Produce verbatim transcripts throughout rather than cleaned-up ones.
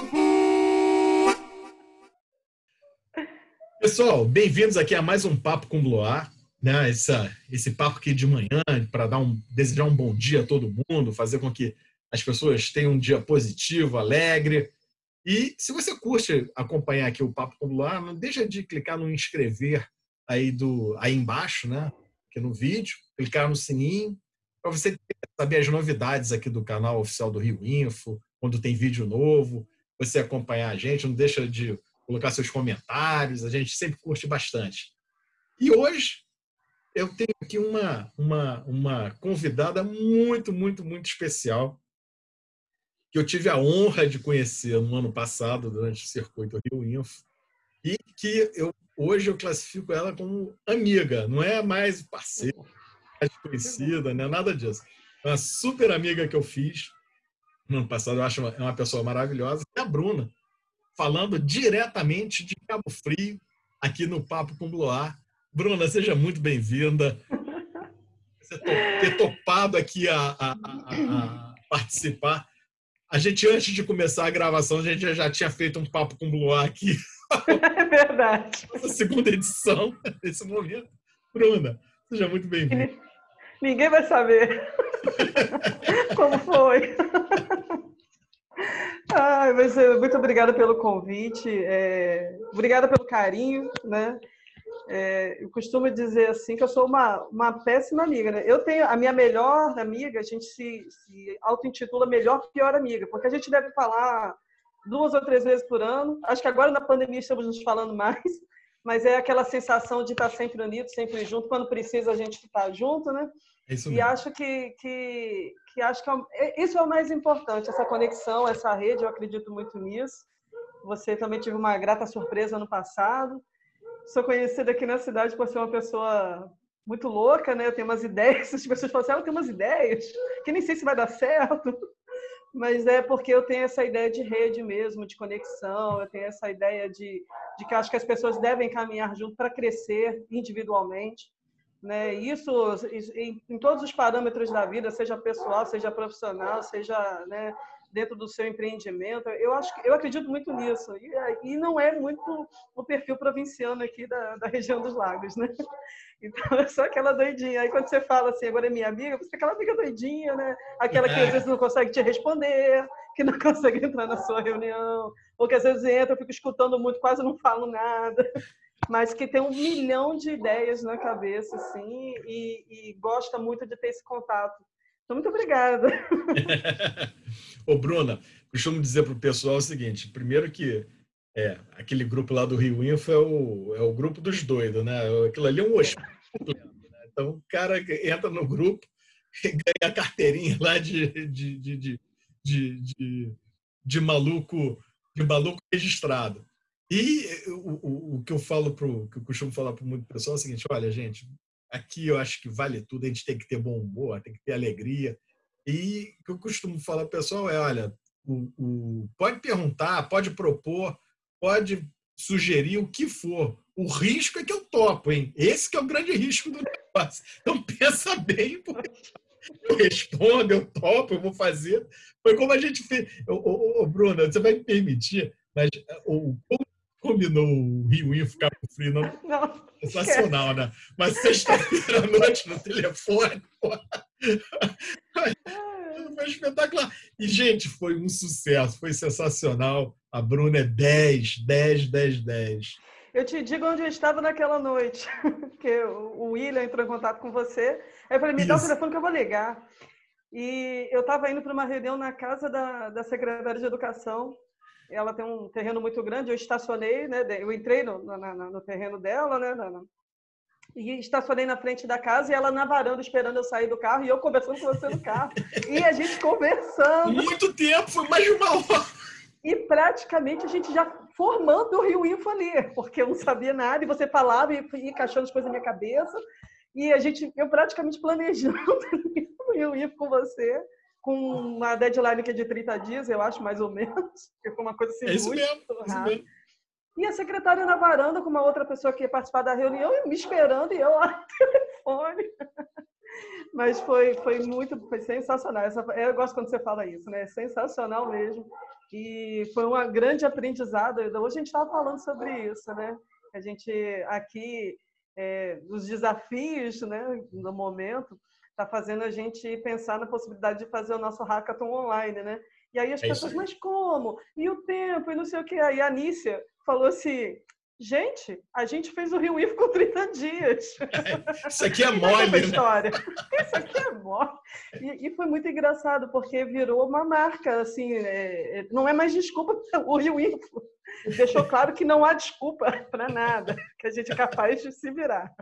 Pessoal, bem-vindos aqui a mais um Papo com Bloar, né? Essa, esse papo aqui de manhã para dar um, desejar um bom dia a todo mundo, fazer com que as pessoas tenham um dia positivo, alegre. E se você curte acompanhar aqui o Papo com Bloar, não deixa de clicar no inscrever aí, do, aí embaixo, né? Aqui no vídeo, clicar no sininho para você saber as novidades aqui do canal oficial do Rio Info, quando tem vídeo novo, você acompanhar a gente, não deixa de colocar seus comentários, a gente sempre curte bastante. E hoje eu tenho aqui uma, uma, uma convidada muito, muito, muito especial, que eu tive a honra de conhecer no ano passado, durante o Circuito Rio Info, e que eu, hoje eu classifico ela como amiga, não é mais parceira, mais conhecida, não é nada disso. É uma super amiga que eu fiz no ano passado, eu acho uma, é uma pessoa maravilhosa, é a Bruna, falando diretamente de Cabo Frio, aqui no Papo com Bloar. Bruna, seja muito bem-vinda. Você ter topado aqui a, a, a, a participar. A gente, antes de começar a gravação, a gente já tinha feito um Papo com Bloar aqui. É verdade. Essa segunda edição, nesse momento. Bruna, seja muito bem-vinda. Ninguém vai saber como foi. Ai, mas muito obrigada pelo convite, é, obrigada pelo carinho, né? É, eu costumo dizer assim que eu sou uma, uma péssima amiga, né? Eu tenho a minha melhor amiga, a gente se, se auto-intitula melhor pior amiga, porque a gente deve falar duas ou três vezes por ano. Acho que agora na pandemia estamos nos falando mais, mas é aquela sensação de estar sempre unido, sempre junto. Quando precisa a gente está junto, né? É isso e mesmo. acho que, que, que acho que é, isso é o mais importante, essa conexão, essa rede. Eu acredito muito nisso. Você também tive uma grata surpresa no passado. Sou conhecida aqui na cidade por ser uma pessoa muito louca, né? Eu tenho umas ideias. As pessoas falam assim, ela tem umas ideias que nem sei se vai dar certo, mas é porque eu tenho essa ideia de rede mesmo, de conexão. Eu tenho essa ideia de, de que acho que as pessoas devem caminhar junto para crescer individualmente. Né? Isso em, em todos os parâmetros da vida, seja pessoal, seja profissional, seja, né, dentro do seu empreendimento. Eu acho que eu acredito muito nisso. E, e não é muito o perfil provinciano aqui da, da região dos lagos, né? Então, é só aquela doidinha. Aí quando você fala assim, agora é minha amiga, você é aquela amiga doidinha, né? Aquela que às vezes não consegue te responder, que não consegue entrar na sua reunião, ou que às vezes entra, eu fico escutando muito, quase não falo nada, mas que tem um milhão de ideias na cabeça, assim, e, e gosta muito de ter esse contato. Então, muito obrigada. Ô, Bruna, costumo dizer para o pessoal o seguinte, primeiro que é, aquele grupo lá do Rio Info é o, é o grupo dos doidos, né? Aquilo ali é um hospital completo, né? Então, o cara entra no grupo e ganha a carteirinha lá de, de, de, de, de, de, de maluco, de maluco registrado. E o, o, o que eu falo pro, que eu costumo falar para muito pessoal é o seguinte, olha, gente, aqui eu acho que vale tudo, a gente tem que ter bom humor, tem que ter alegria. E o que eu costumo falar pro pessoal é, olha, o, o, pode perguntar, pode propor, pode sugerir o que for. O risco é que eu topo, hein? Esse que é o grande risco do negócio. Então pensa bem, porque eu respondo, eu topo, eu vou fazer. Foi como a gente fez. Ô, ô, ô, Bruna, você vai me permitir, mas o, como combinou o Rio Info Cabo Frio, não? Não, Sensacional, né? Mas sexta-feira à noite no telefone, porra. Foi espetacular. E, gente, foi um sucesso, foi sensacional. A Bruna é dez, dez, dez, dez. Eu te digo onde eu estava naquela noite, porque o William entrou em contato com você. Aí eu falei, me dá o telefone que eu vou ligar. E eu estava indo para uma reunião na casa da, da secretária de Educação. Ela tem um terreno muito grande, eu estacionei, né? Eu entrei no, na, no terreno dela, né? Na, e estacionei na frente da casa e ela na varanda esperando eu sair do carro e eu conversando com você no carro. E a gente conversando. Muito tempo, foi mais de uma hora. E praticamente a gente já formando o Rio Info ali, porque eu não sabia nada e você falava e ia encaixando as coisas na minha cabeça. E a gente, eu praticamente planejando o Rio Info com você, com uma deadline que é de trinta dias, eu acho, mais ou menos. Porque foi uma coisa assim, é isso muito mesmo, rápida. isso mesmo. E a secretária na varanda com uma outra pessoa que ia participar da reunião, me esperando, e eu lá no telefone. Mas foi, foi muito, foi sensacional. Essa, eu gosto quando você fala isso, né? É sensacional mesmo. E foi um grande aprendizado. Hoje a gente estava falando sobre isso, né? A gente aqui, é, os desafios, né, no momento, está fazendo a gente pensar na possibilidade de fazer o nosso hackathon online, né? E aí as É isso pessoas, aí. mas como? E o tempo? E não sei o quê. Aí a Anícia falou assim, gente, a gente fez o Rio I F com trinta dias. Isso aqui é Quem vai contar a mole, né? história? Isso aqui é mole. E, e foi muito engraçado, porque virou uma marca, assim, é, não é mais desculpa o Rio I F. Deixou claro que não há desculpa para nada, que a gente é capaz de se virar.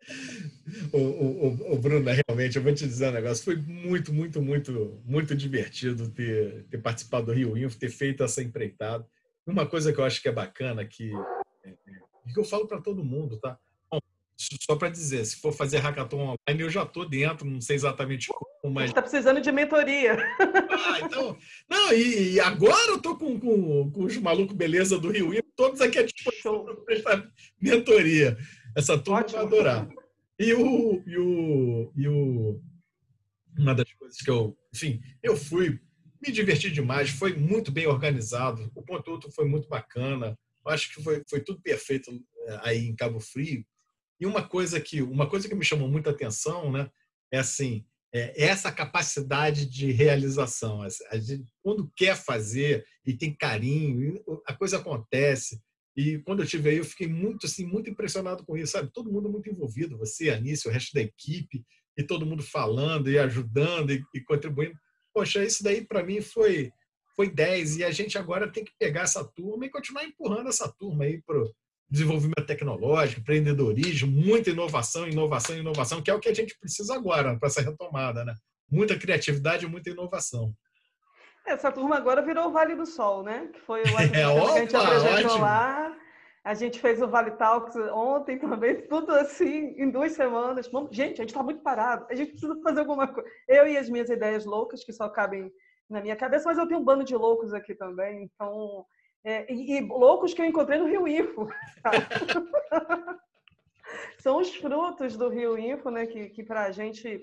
O, o, o Bruno, realmente, eu vou te dizer um negócio, foi muito, muito, muito, muito divertido ter, ter participado do Rio Info, ter feito essa empreitada. Uma coisa que eu acho que é bacana, que, é, é, que eu falo para todo mundo, tá? Bom, só para dizer, se for fazer hackathon online, eu já estou dentro, não sei exatamente como, A mas... gente está precisando de mentoria. Ah, então... Não, e, e agora eu estou com, com, com os malucos beleza do Rio Info, todos aqui à disposição para prestar mentoria. Essa turma vai Ótimo. adorar. E o, e o, e o, uma das coisas que eu, enfim, eu fui, me diverti demais, foi muito bem organizado, o conteúdo foi muito bacana, acho que foi, foi tudo perfeito aí em Cabo Frio. E uma coisa que, uma coisa que me chamou muita atenção, né, é assim, é essa capacidade de realização. A gente, quando quer fazer e tem carinho, a coisa acontece. E quando eu estive aí, eu fiquei muito, assim, muito impressionado com isso, sabe? Todo mundo muito envolvido, você, Anísio, o resto da equipe, e todo mundo falando e ajudando e, e contribuindo. Poxa, isso daí para mim foi foi dez, e a gente agora tem que pegar essa turma e continuar empurrando essa turma aí para o desenvolvimento tecnológico, empreendedorismo, muita inovação, inovação, inovação, que é o que a gente precisa agora para essa retomada, né? Muita criatividade e muita inovação. Essa turma agora virou o Vale do Sol, né? Que foi o É, ecossistema que a gente opa, apresentou ótimo! lá. A gente fez o Vale Talks ontem também, tudo assim, em duas semanas. Gente, a gente está muito parado, a gente precisa fazer alguma coisa. Eu e as minhas ideias loucas, que só cabem na minha cabeça, mas eu tenho um bando de loucos aqui também, então... É, e, e loucos que eu encontrei no Rio Info. Tá? São os frutos do Rio Info, né? Que, que para a gente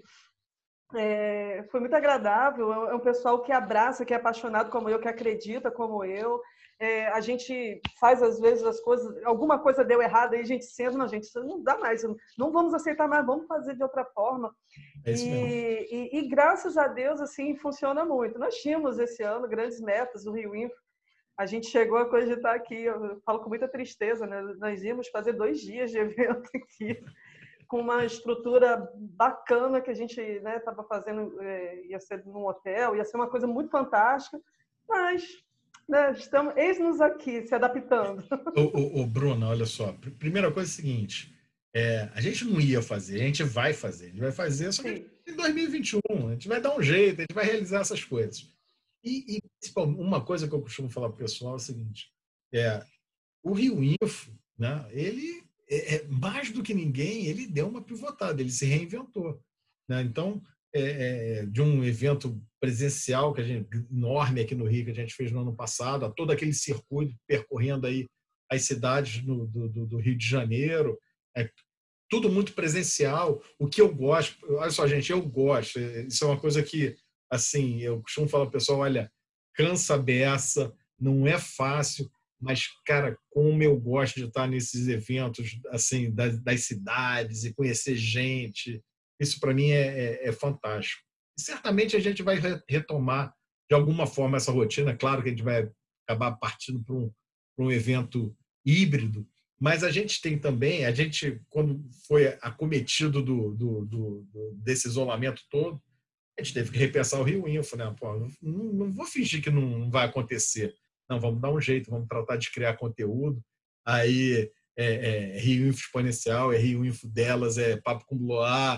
é, foi muito agradável. É um pessoal que abraça, que é apaixonado como eu, que acredita como eu. É, a gente faz, às vezes, as coisas... Alguma coisa deu errado, aí a gente senta, não, gente, isso não dá mais. Não vamos aceitar mais, vamos fazer de outra forma. É isso mesmo. E, e, e, graças a Deus, assim, funciona muito. Nós tínhamos, esse ano, grandes metas do Rio Info. A gente chegou a cogitar aqui, eu falo com muita tristeza, né? Nós íamos fazer dois dias de evento aqui, com uma estrutura bacana que a gente estava né, fazendo, é, ia ser num hotel, ia ser uma coisa muito fantástica, mas né, estamos, eis-nos aqui, se adaptando. Ô, ô, ô, Bruno, olha só, primeira coisa é a seguinte, é, a gente não ia fazer, a gente vai fazer, a gente vai fazer, só que em dois mil e vinte e um, a gente vai dar um jeito, a gente vai realizar essas coisas. E, e uma coisa que eu costumo falar para o pessoal é o seguinte, é, o Rio Info, né, ele, é, é, mais do que ninguém, ele deu uma pivotada, ele se reinventou. Né? Então, é, é, de um evento presencial que a gente, enorme aqui no Rio, que a gente fez no ano passado, a todo aquele circuito percorrendo aí as cidades no, do, do Rio de Janeiro, é, tudo muito presencial, o que eu gosto, olha só, gente, eu gosto, isso é uma coisa que, assim, eu costumo falar para o pessoal, olha, cansa a beça, não é fácil, mas, cara, como eu gosto de estar nesses eventos, assim, das, das cidades e conhecer gente, isso para mim é, é, é fantástico. E certamente a gente vai retomar de alguma forma essa rotina, claro que a gente vai acabar partindo para um, para um evento híbrido, mas a gente tem também, a gente, quando foi acometido do, do, do, desse isolamento todo, a gente teve que repensar o Rio Info, né? Pô, não, não vou fingir que não vai acontecer. Não, vamos dar um jeito, vamos tratar de criar conteúdo. Aí, é, é, Rio Info Exponencial, é Rio Info delas, é Papo com Bloar,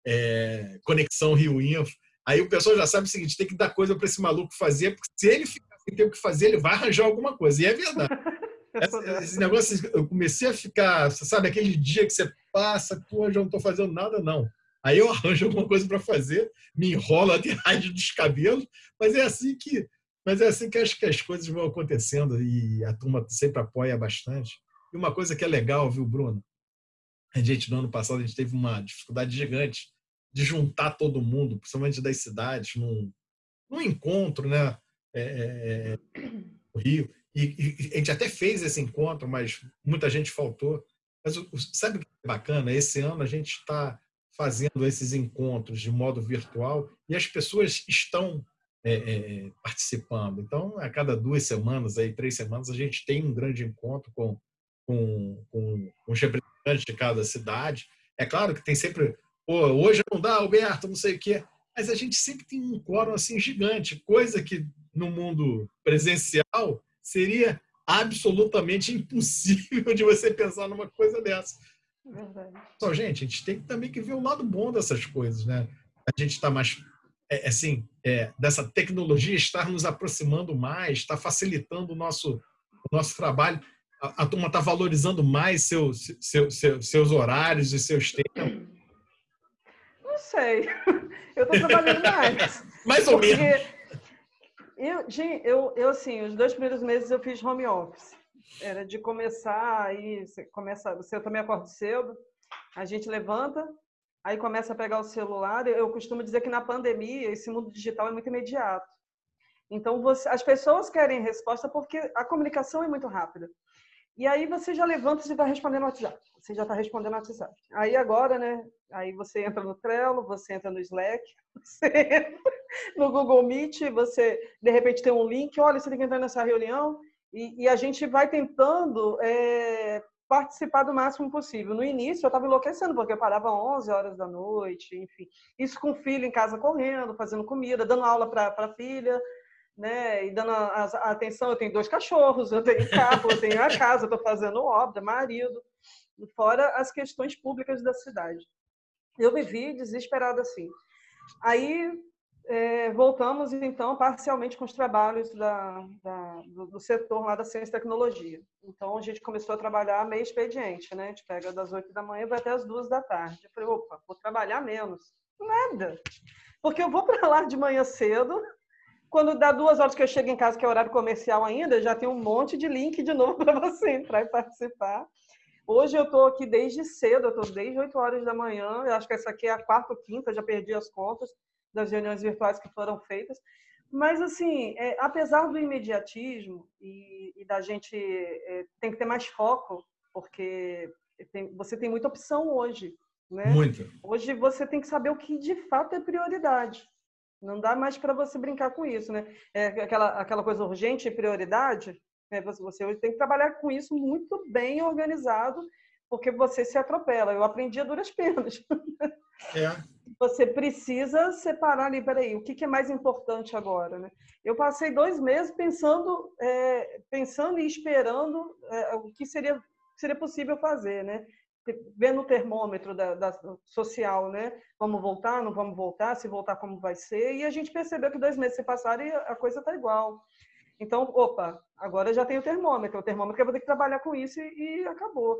é Conexão Rio Info. Aí o pessoal já sabe o seguinte, tem que dar coisa para esse maluco fazer, porque se ele ficar sem ter o que fazer, ele vai arranjar alguma coisa. E é verdade. Esse negócio, eu comecei a ficar, sabe, aquele dia que você passa, pô, já não estou fazendo nada, não. Aí eu arranjo alguma coisa para fazer, me enrolo até raio dos cabelos, mas é assim que, mas é assim que acho que as coisas vão acontecendo e a turma sempre apoia bastante. E uma coisa que é legal, viu, Bruno? A gente, no ano passado, a gente teve uma dificuldade gigante de juntar todo mundo, principalmente das cidades, num, num encontro, né? é, no Rio. E, e a gente até fez esse encontro, mas muita gente faltou. Mas o, sabe o que é bacana? Esse ano a gente está fazendo esses encontros de modo virtual e as pessoas estão é, é, participando. Então, a cada duas semanas, aí, três semanas, a gente tem um grande encontro com, com, com, com os representantes de cada cidade. É claro que tem sempre, pô, hoje não dá, Alberto, não sei o quê, mas a gente sempre tem um quórum assim, gigante, coisa que no mundo presencial seria absolutamente impossível de você pensar numa coisa dessa. Verdade. Só, gente, a gente tem também que ver o lado bom dessas coisas, né? A gente está mais, é, assim, é, dessa tecnologia estar nos aproximando mais, está facilitando o nosso, o nosso trabalho. A, a turma está valorizando mais seu, seu, seu, seus horários e seus tempos. Não sei. Eu estou trabalhando mais. Mais ou menos. Eu, gente, eu, eu, assim, os dois primeiros meses eu fiz home office. Era de começar, aí você começa, você também acorda cedo, a gente levanta, aí começa a pegar o celular. Eu costumo dizer que na pandemia esse mundo digital é muito imediato. Então você, as pessoas querem resposta porque a comunicação é muito rápida. E aí você já levanta e vai respondendo no WhatsApp. Você já está respondendo no WhatsApp. Aí agora, né? Aí você entra no Trello, você entra no Slack, você entra no Google Meet, você de repente tem um link, olha, você tem que entrar nessa reunião. E, e a gente vai tentando é, participar do máximo possível. No início eu estava enlouquecendo, porque eu parava onze horas da noite, enfim. Isso com o filho em casa correndo, fazendo comida, dando aula para a filha, né? E dando a, a atenção. Eu tenho dois cachorros, eu tenho carro, eu tenho a casa, estou fazendo obra, marido, fora as questões públicas da cidade. Eu vivi desesperada assim. Aí é, voltamos, então, parcialmente com os trabalhos da, da, do, do setor lá da ciência e tecnologia. Então, a gente começou a trabalhar meio expediente, né? A gente pega das oito da manhã e vai até as duas da tarde. Eu falei, opa, vou trabalhar menos. Nada. Porque eu vou para lá de manhã cedo, quando dá duas horas que eu chego em casa, que é horário comercial ainda, já tem um monte de link de novo para você entrar e participar. Hoje eu estou aqui desde cedo, eu estou desde oito horas da manhã, eu acho que essa aqui é a quarta ou quinta, já perdi as contas das reuniões virtuais que foram feitas. Mas, assim, é, apesar do imediatismo e, e da gente é, tem que ter mais foco, porque tem, você tem muita opção hoje, né? Muito. Hoje você tem que saber o que de fato é prioridade. Não dá mais para você brincar com isso, né? É aquela, aquela coisa urgente e prioridade, né? Você, você hoje tem que trabalhar com isso muito bem organizado, porque você se atropela. Eu aprendi a duras penas. É. Você precisa separar ali, peraí, o que, que é mais importante agora, né? Eu passei dois meses pensando, é, pensando e esperando é, o que seria, seria possível fazer, né? Vendo o termômetro da, da social, né? Vamos voltar, não vamos voltar, se voltar, como vai ser? E a gente percebeu que dois meses se passaram e a coisa está igual. Então, opa, agora já tem o termômetro. O termômetro eu vou ter que trabalhar com isso e, e acabou.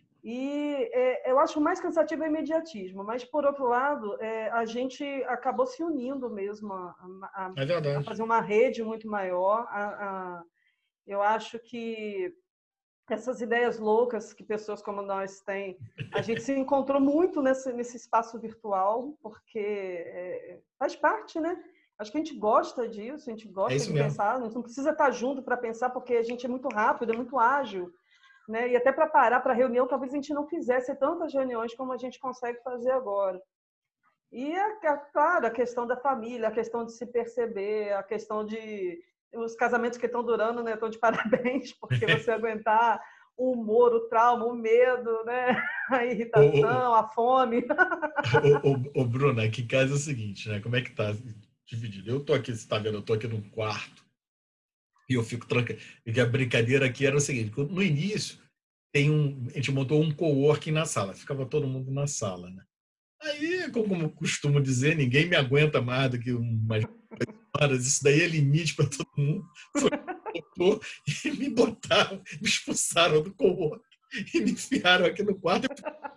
E é, eu acho mais cansativo o imediatismo, mas, por outro lado, é, a gente acabou se unindo mesmo a, a, É a fazer uma rede muito maior. A, a, eu acho que essas ideias loucas que pessoas como nós têm, a gente se encontrou muito nesse, nesse espaço virtual, porque é, faz parte, né? Acho que a gente gosta disso, a gente gosta É de isso mesmo. pensar, não precisa estar junto para pensar, porque a gente é muito rápido, é muito ágil. Né? E até para parar para reunião, talvez a gente não fizesse tantas reuniões como a gente consegue fazer agora. E, é, claro, a questão da família, a questão de se perceber, a questão de... Os casamentos que estão durando, né? Estão de parabéns, porque você aguentar o humor, o trauma, o medo, né? A irritação, a fome. Ô, ô, ô, Bruna, aqui em casa é o seguinte, né? Como é que tá dividido? Eu tô aqui, você tá vendo, eu tô aqui num quarto, e eu fico tranquilo. E a brincadeira aqui era o seguinte: no início, tem um, a gente montou um coworking na sala, ficava todo mundo na sala, né? Aí, como eu costumo dizer, ninguém me aguenta mais do que umas horas, isso daí é limite para todo mundo. Foi, botou, e me botaram, me expulsaram do coworking e me enfiaram aqui no quarto.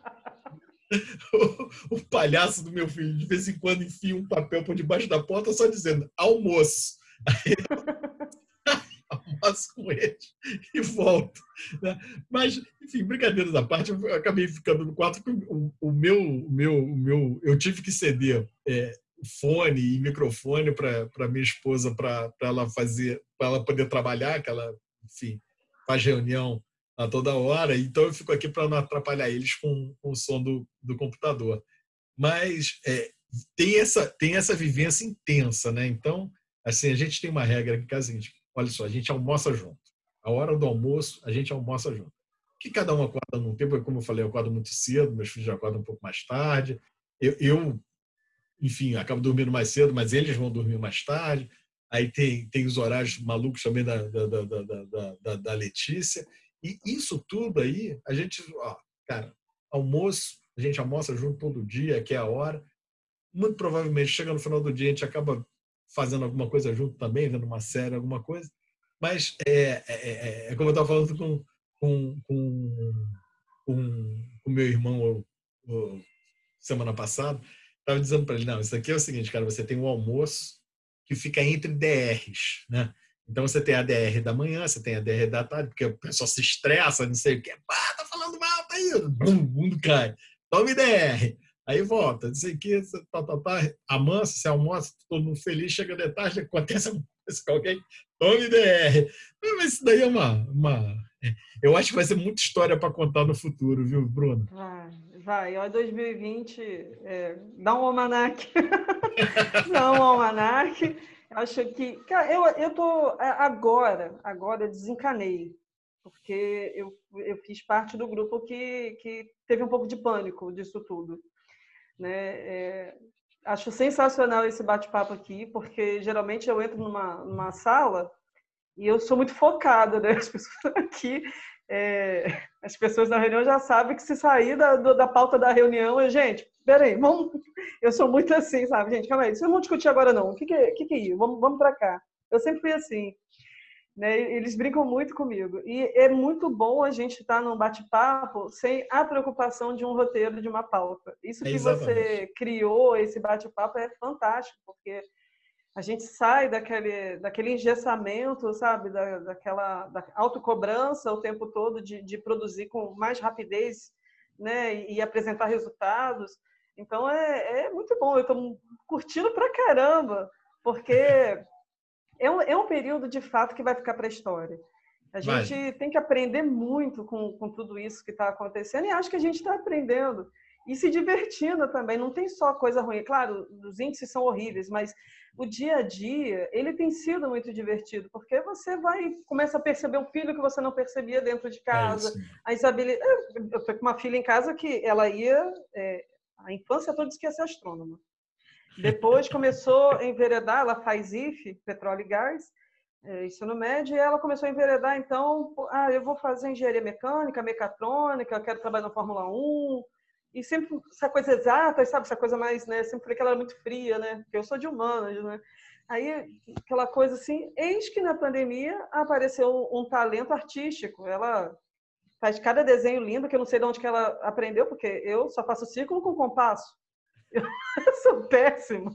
O, o palhaço do meu filho, de vez em quando, enfia um papel por debaixo da porta só dizendo almoço. Aí almoço com eles e volto. Né? Mas, enfim, brincadeiras à parte, eu acabei ficando no quarto. O, o, meu, o, meu, o meu, eu tive que ceder é, fone e microfone para minha esposa, para ela fazer, para ela poder trabalhar, que ela, enfim, faz reunião a toda hora. Então eu fico aqui para não atrapalhar eles com, com o som do, do computador. Mas é, tem essa tem essa vivência intensa, né? Então, assim, a gente tem uma regra aqui que é a seguinte: olha só, a gente almoça junto. A hora do almoço, a gente almoça junto. Que cada um acorda num tempo, como eu falei, eu acordo muito cedo, meus filhos já acordam um pouco mais tarde. Eu, eu enfim, acabo dormindo mais cedo, mas eles vão dormir mais tarde. Aí tem, tem os horários malucos também da, da, da, da, da, da Letícia. E isso tudo aí, a gente, ó, cara, almoço, a gente almoça junto todo dia, que é a hora. Muito provavelmente, chega no final do dia, a gente acaba fazendo alguma coisa junto também, vendo uma série, alguma coisa. Mas é, é, é, é como eu estava falando com com, com, com, com meu irmão o, o, semana passada, estava dizendo para ele, não, isso aqui é o seguinte, cara, você tem um almoço que fica entre D Rs, né? Então você tem a D R da manhã, você tem a D R da tarde, porque o pessoal se estressa, não sei o que, ah, tá falando mal, tá aí, bum, o mundo cai. Tome D R. Aí volta, não sei o que, tá, tá, tá, amansa, você almoça, todo mundo feliz, chega de tarde, acontece alguma coisa com alguém, tome D R. Mas isso daí é uma, uma... Eu acho que vai ser muita história para contar no futuro, viu, Bruno? Vai, vai. Ó, dois mil e vinte, é, dá um almanac. Dá um almanac. Acho que... Cara, eu, eu tô... Agora, agora eu desencanei. Porque eu, eu fiz parte do grupo que, que teve um pouco de pânico disso tudo. Né? É, acho sensacional esse bate-papo aqui, porque geralmente eu entro numa, numa sala e eu sou muito focada, né? As pessoas aqui, é, as pessoas na reunião já sabem que se sair da, da pauta da reunião, eu, gente, peraí, vamos... eu sou muito assim, sabe? Gente, calma aí, vocês não vão discutir agora não, o que que é, que que é isso? Vamos, vamos para cá. Eu sempre fui assim. Né? Eles brincam muito comigo. E é muito bom a gente estar num bate-papo sem a preocupação de um roteiro, de uma pauta. Isso É que exatamente. você criou, esse bate-papo, é fantástico, porque a gente sai daquele, daquele engessamento, sabe? Da, daquela da autocobrança o tempo todo de, de produzir com mais rapidez, né? E, e apresentar resultados. Então, é, é muito bom. Eu estou curtindo pra caramba, porque... É um, é um período, de fato, que vai ficar para a história. A gente Vai. tem que aprender muito com, com tudo isso que está acontecendo e acho que a gente está aprendendo e se divertindo também. Não tem só coisa ruim. Claro, os índices são horríveis, mas o dia a dia, ele tem sido muito divertido, porque você vai começa a perceber o filho que você não percebia dentro de É casa. isso mesmo. A Isabelle... Eu estou com uma filha em casa que ela ia... É, a infância toda disse que ia ser astrônoma. Depois começou a enveredar, ela faz I F, petróleo e gás, ensino médio, e ela começou a enveredar, então, ah, eu vou fazer engenharia mecânica, mecatrônica, eu quero trabalhar na Fórmula um, e sempre essa coisa exata, sabe, essa coisa mais, né, sempre falei que ela era muito fria, né, porque eu sou de humanas, né, aí aquela coisa assim, eis que na pandemia apareceu um talento artístico, ela faz cada desenho lindo, que eu não sei de onde que ela aprendeu, porque eu só faço círculo com compasso, eu sou péssima.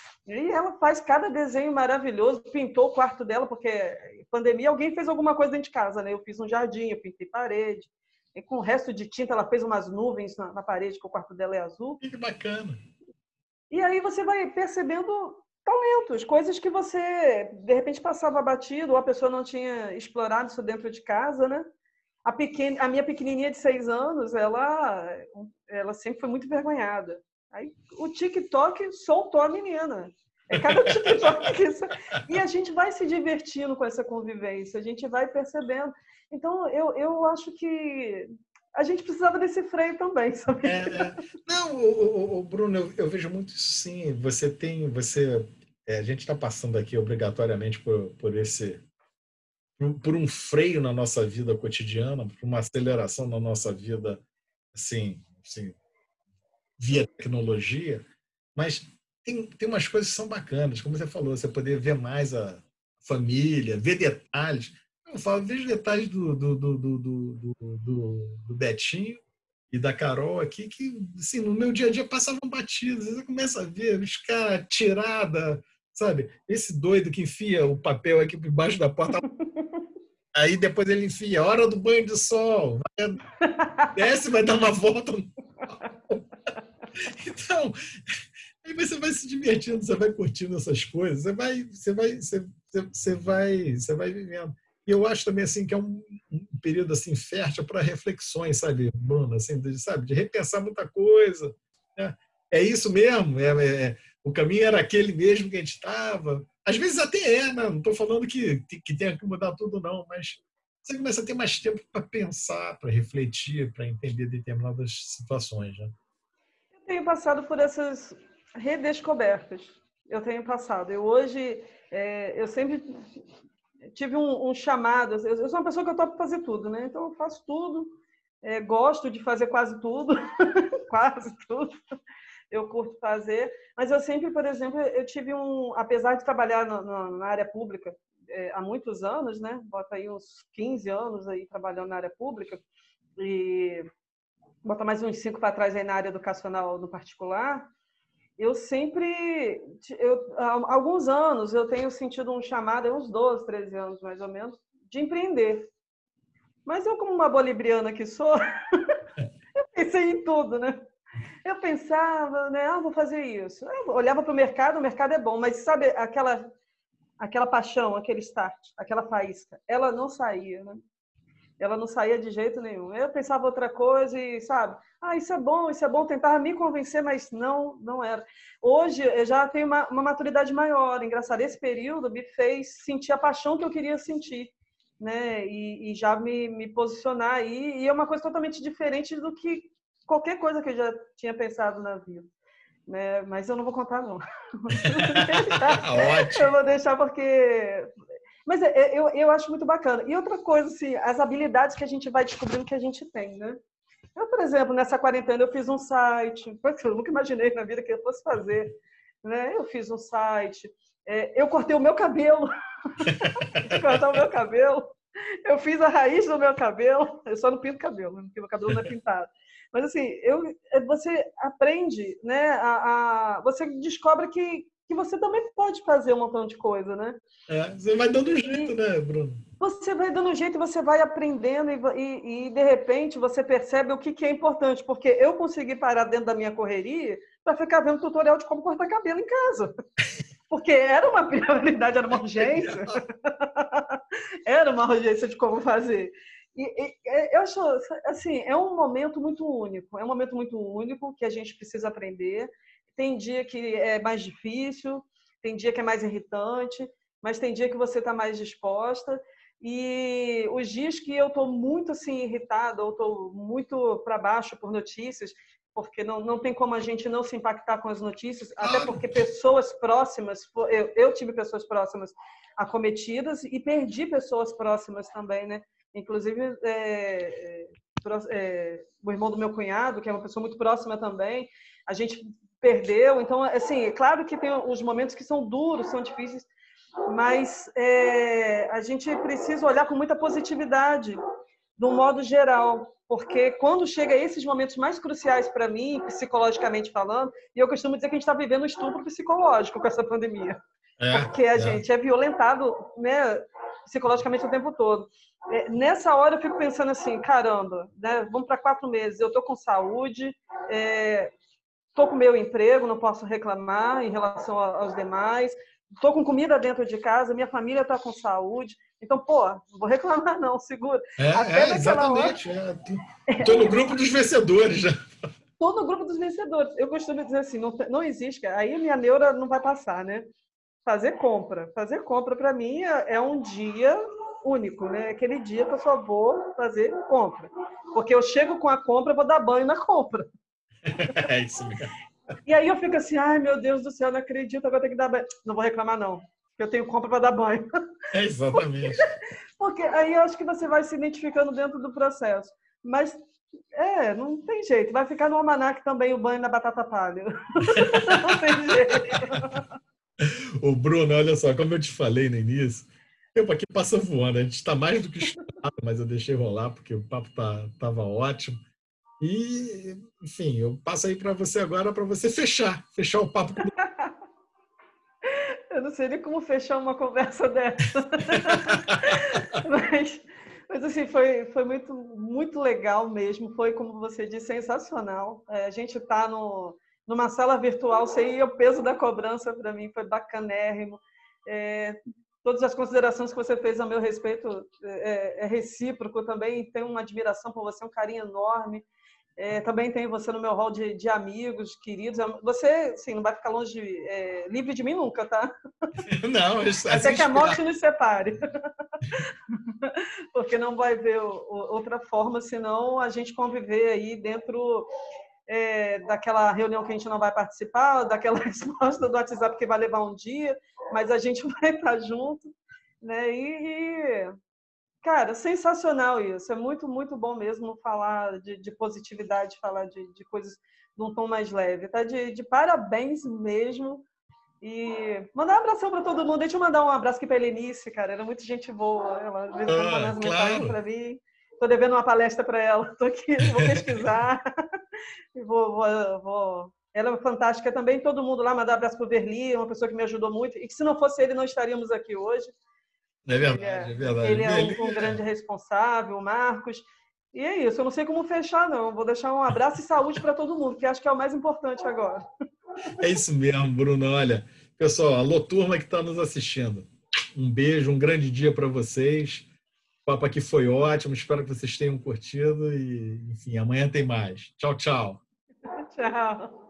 E ela faz cada desenho maravilhoso, pintou o quarto dela, porque pandemia alguém fez alguma coisa dentro de casa, né? Eu fiz um jardim, eu pintei parede, e com o resto de tinta ela fez umas nuvens na, na parede, que o quarto dela é azul. Que bacana. E aí você vai percebendo talentos, coisas que você, de repente, passava batido, ou a pessoa não tinha explorado isso dentro de casa, né? A, pequen... a minha pequenininha de seis anos, ela, ela sempre foi muito envergonhada. Aí o TikTok soltou a menina. É cada TikTok que isso... E a gente vai se divertindo com essa convivência, a gente vai percebendo. Então, eu, eu acho que a gente precisava desse freio também, sabe? É, é. Não, o, o, o Bruno, eu, eu vejo muito isso, sim. Você tem, você, é, a gente está passando aqui obrigatoriamente por, por esse, por, por um freio na nossa vida cotidiana, por uma aceleração na nossa vida, assim, assim via tecnologia, mas tem, tem umas coisas que são bacanas, como você falou, você poder ver mais a família, ver detalhes. Eu falo, vejo detalhes do, do, do, do, do, do, do Betinho e da Carol aqui, que assim, no meu dia a dia passavam batidos. Você começa a ver os caras tirada, sabe? Esse doido que enfia o papel aqui por baixo da porta, aí depois ele enfia, hora do banho de sol, vai, desce, vai dar uma volta. Então, Aí você vai se divertindo, você vai curtindo essas coisas, você vai, você vai, você, você vai, você vai vivendo. E eu acho também assim que é um, um período assim fértil para reflexões, sabe, Bruno, assim, de, sabe, de repensar muita coisa. Né? É isso mesmo. É, é, é, o caminho era aquele mesmo que a gente estava. Às vezes até é, né? Não estou falando que que tenha que mudar tudo não, mas você começa a ter mais tempo para pensar, para refletir, para entender determinadas situações. Né? Eu tenho passado por essas redescobertas. Eu tenho passado. Eu hoje, é, eu sempre tive um, um chamado. Eu, eu sou uma pessoa que eu topo fazer tudo, né? Então eu faço tudo. É, gosto de fazer quase tudo, quase tudo. Eu curto fazer. Mas eu sempre, por exemplo, eu tive um, apesar de trabalhar na, na, na área pública é, há muitos anos, né? Bota aí uns quinze anos aí trabalhando na área pública e bota mais uns cinco para trás aí na área educacional no particular. Eu sempre, eu, há alguns anos, eu tenho sentido um chamado, uns doze, treze anos mais ou menos, de empreender. Mas eu, como uma boliviana que sou, eu pensei em tudo, né? Eu pensava, né? Ah, vou fazer isso. Eu olhava para o mercado, o mercado é bom, mas sabe aquela, aquela paixão, aquele start, aquela faísca, ela não saía, né? Ela não saía de jeito nenhum. Eu pensava outra coisa e, sabe, ah, isso é bom, isso é bom, tentava me convencer, mas não, não era. Hoje eu já tenho uma, uma maturidade maior. Engraçado, esse período me fez sentir a paixão que eu queria sentir, né? E, e já me, me posicionar aí. E é uma coisa totalmente diferente do que qualquer coisa que eu já tinha pensado na vida. Né? Mas eu não vou contar, não. Ótimo. Eu vou deixar porque... Mas eu, eu acho muito bacana. E outra coisa, assim, as habilidades que a gente vai descobrindo que a gente tem, né? Eu, por exemplo, nessa quarentena eu fiz um site, coisa que eu nunca imaginei na vida que eu fosse fazer. Né? Eu fiz um site, é, eu cortei o meu cabelo, de cortar o meu cabelo, eu fiz a raiz do meu cabelo, eu só não pinto cabelo, porque meu cabelo não é pintado. Mas assim, eu, você aprende, né? A, a, você descobre que, que você também pode fazer um montão de coisa, né? É, você vai dando E, jeito, e né, Bruno? você vai dando jeito, você vai aprendendo e, e, e, de repente você percebe o que, que é importante, porque eu consegui parar dentro da minha correria para ficar vendo tutorial de como cortar cabelo em casa. Porque era uma prioridade, era uma urgência. Era uma urgência de como fazer. E, e eu acho, assim, é um momento muito único. É um momento muito único que a gente precisa aprender. Tem dia que é mais difícil, tem dia que é mais irritante, mas tem dia que você está mais disposta. E os dias que eu estou muito assim irritada ou estou muito para baixo por notícias, porque não, não tem como a gente não se impactar com as notícias, até porque pessoas próximas, eu, eu tive pessoas próximas acometidas e perdi pessoas próximas também, né? Inclusive, é, é, o irmão do meu cunhado, que é uma pessoa muito próxima também, a gente perdeu. Então, assim, é claro que tem os momentos que são duros, são difíceis, mas é, a gente precisa olhar com muita positividade, de um modo geral, porque quando chega a esses momentos mais cruciais para mim, psicologicamente falando, e eu costumo dizer que a gente está vivendo um estupro psicológico com essa pandemia, É, porque a é. gente é violentado, né, psicologicamente o tempo todo. É, nessa hora eu fico pensando assim, caramba, né, vamos para quatro meses, eu estou com saúde, estou é, com meu emprego, não posso reclamar em relação aos demais, estou com comida dentro de casa, minha família está com saúde. Então, pô, não vou reclamar não, segura. É, Até é naquela exatamente. hora... Estou no grupo dos vencedores. Já. Estou no grupo dos vencedores. Eu costumo dizer assim, não, não existe, aí minha neura não vai passar, né? Fazer compra. Fazer compra, para mim, é, é um dia único, né? Aquele dia que eu só vou fazer compra. Porque eu chego com a compra, vou dar banho na compra. É isso mesmo. E aí eu fico assim, ai meu Deus do céu, não acredito, agora eu tenho que dar banho. Não vou reclamar não, porque eu tenho compra para dar banho. É exatamente. Porque, porque aí eu acho que você vai se identificando dentro do processo. Mas, é, não tem jeito. Vai ficar no almanaque também o banho na batata palha. Não tem jeito. Ô Bruno, olha só, como eu te falei no início, o tempo aqui passa voando. A gente está mais do que estudado, mas eu deixei rolar porque o papo tá, tava ótimo. E, enfim, eu passo aí para você agora para você fechar, fechar o papo. Eu não sei nem como fechar uma conversa dessa. mas, mas, assim, foi, foi muito, muito legal mesmo. Foi, como você disse, sensacional. É, a gente está no... numa sala virtual, sei o peso da cobrança para mim foi bacanérrimo. É, todas as considerações que você fez a meu respeito é, é recíproco também, tenho uma admiração por você, um carinho enorme. É, também tenho você no meu hall de, de amigos, queridos. Você, sim, não vai ficar longe, é, livre de mim nunca, tá? Não, isso, Até assim que a morte espero. nos separe. Porque não vai ver outra forma, senão a gente conviver aí dentro é, daquela reunião que a gente não vai participar, daquela resposta do WhatsApp que vai levar um dia, mas a gente vai estar junto, né? E, e cara, sensacional isso. É muito, muito bom mesmo falar de, de positividade, falar de, de coisas de um tom mais leve. Tá de, de parabéns mesmo. E mandar um abração para todo mundo. Deixa eu mandar um abraço aqui para a Helenice, cara. Era muito gente boa. Ela, de vez em quando, manda Ah, umas mensagens claro. para mim. Estou devendo uma palestra para ela. Estou aqui, vou pesquisar. e vou, vou, vou. Ela é fantástica também. Todo mundo lá, mandar um abraço para o Verli, uma pessoa que me ajudou muito. E que se não fosse ele, não estaríamos aqui hoje. É Ele verdade, é, é verdade. ele é um, Beleza. um grande responsável, o Marcos. E é isso, eu não sei como fechar, não. Vou deixar um abraço e saúde para todo mundo, que acho que é o mais importante agora. É isso mesmo, Bruno. Olha, pessoal, alô, turma que está nos assistindo. Um beijo, um grande dia para vocês. O papo aqui foi ótimo. Espero que vocês tenham curtido. E, enfim, amanhã tem mais. Tchau, tchau. Tchau.